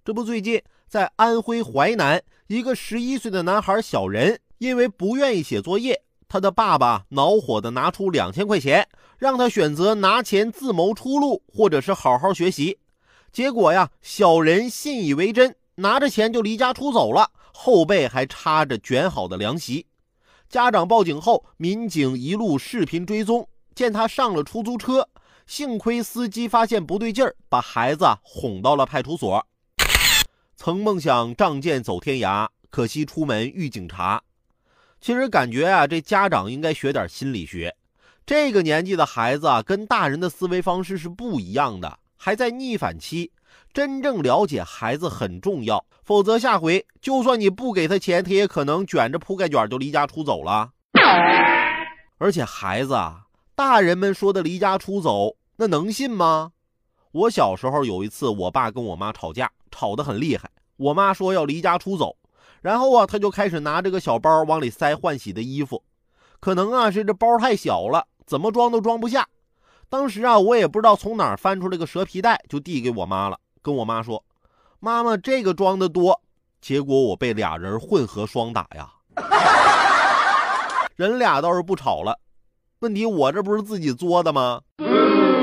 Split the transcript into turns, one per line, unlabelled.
这不，最近在安徽淮南，一个11岁的男孩小仁，因为不愿意写作业，他的爸爸恼火地拿出2000块钱，让他选择拿钱自谋出路，或者是好好学习。结果呀，小仁信以为真，拿着钱就离家出走了，后背还插着卷好的凉席。家长报警后，民警一路视频追踪，见他上了出租车，幸亏司机发现不对劲儿，把孩子哄到了派出所。曾梦想仗剑走天涯，可惜出门遇警察。其实感觉啊，这家长应该学点心理学。这个年纪的孩子啊，跟大人的思维方式是不一样的，还在逆反期。真正了解孩子很重要，否则下回就算你不给他钱，他也可能卷着铺盖卷就离家出走了。而且孩子啊，大人们说的离家出走，那能信吗？我小时候有一次，我爸跟我妈吵架，吵得很厉害。我妈说要离家出走，然后啊，他就开始拿这个小包往里塞换洗的衣服。可能啊是这包太小了，怎么装都装不下。当时啊，我也不知道从哪儿翻出来个蛇皮袋，就递给我妈了，跟我妈说：“妈妈，这个装的多。”结果我被俩人混合双打呀。人俩倒是不吵了，问题我这不是自己作的吗？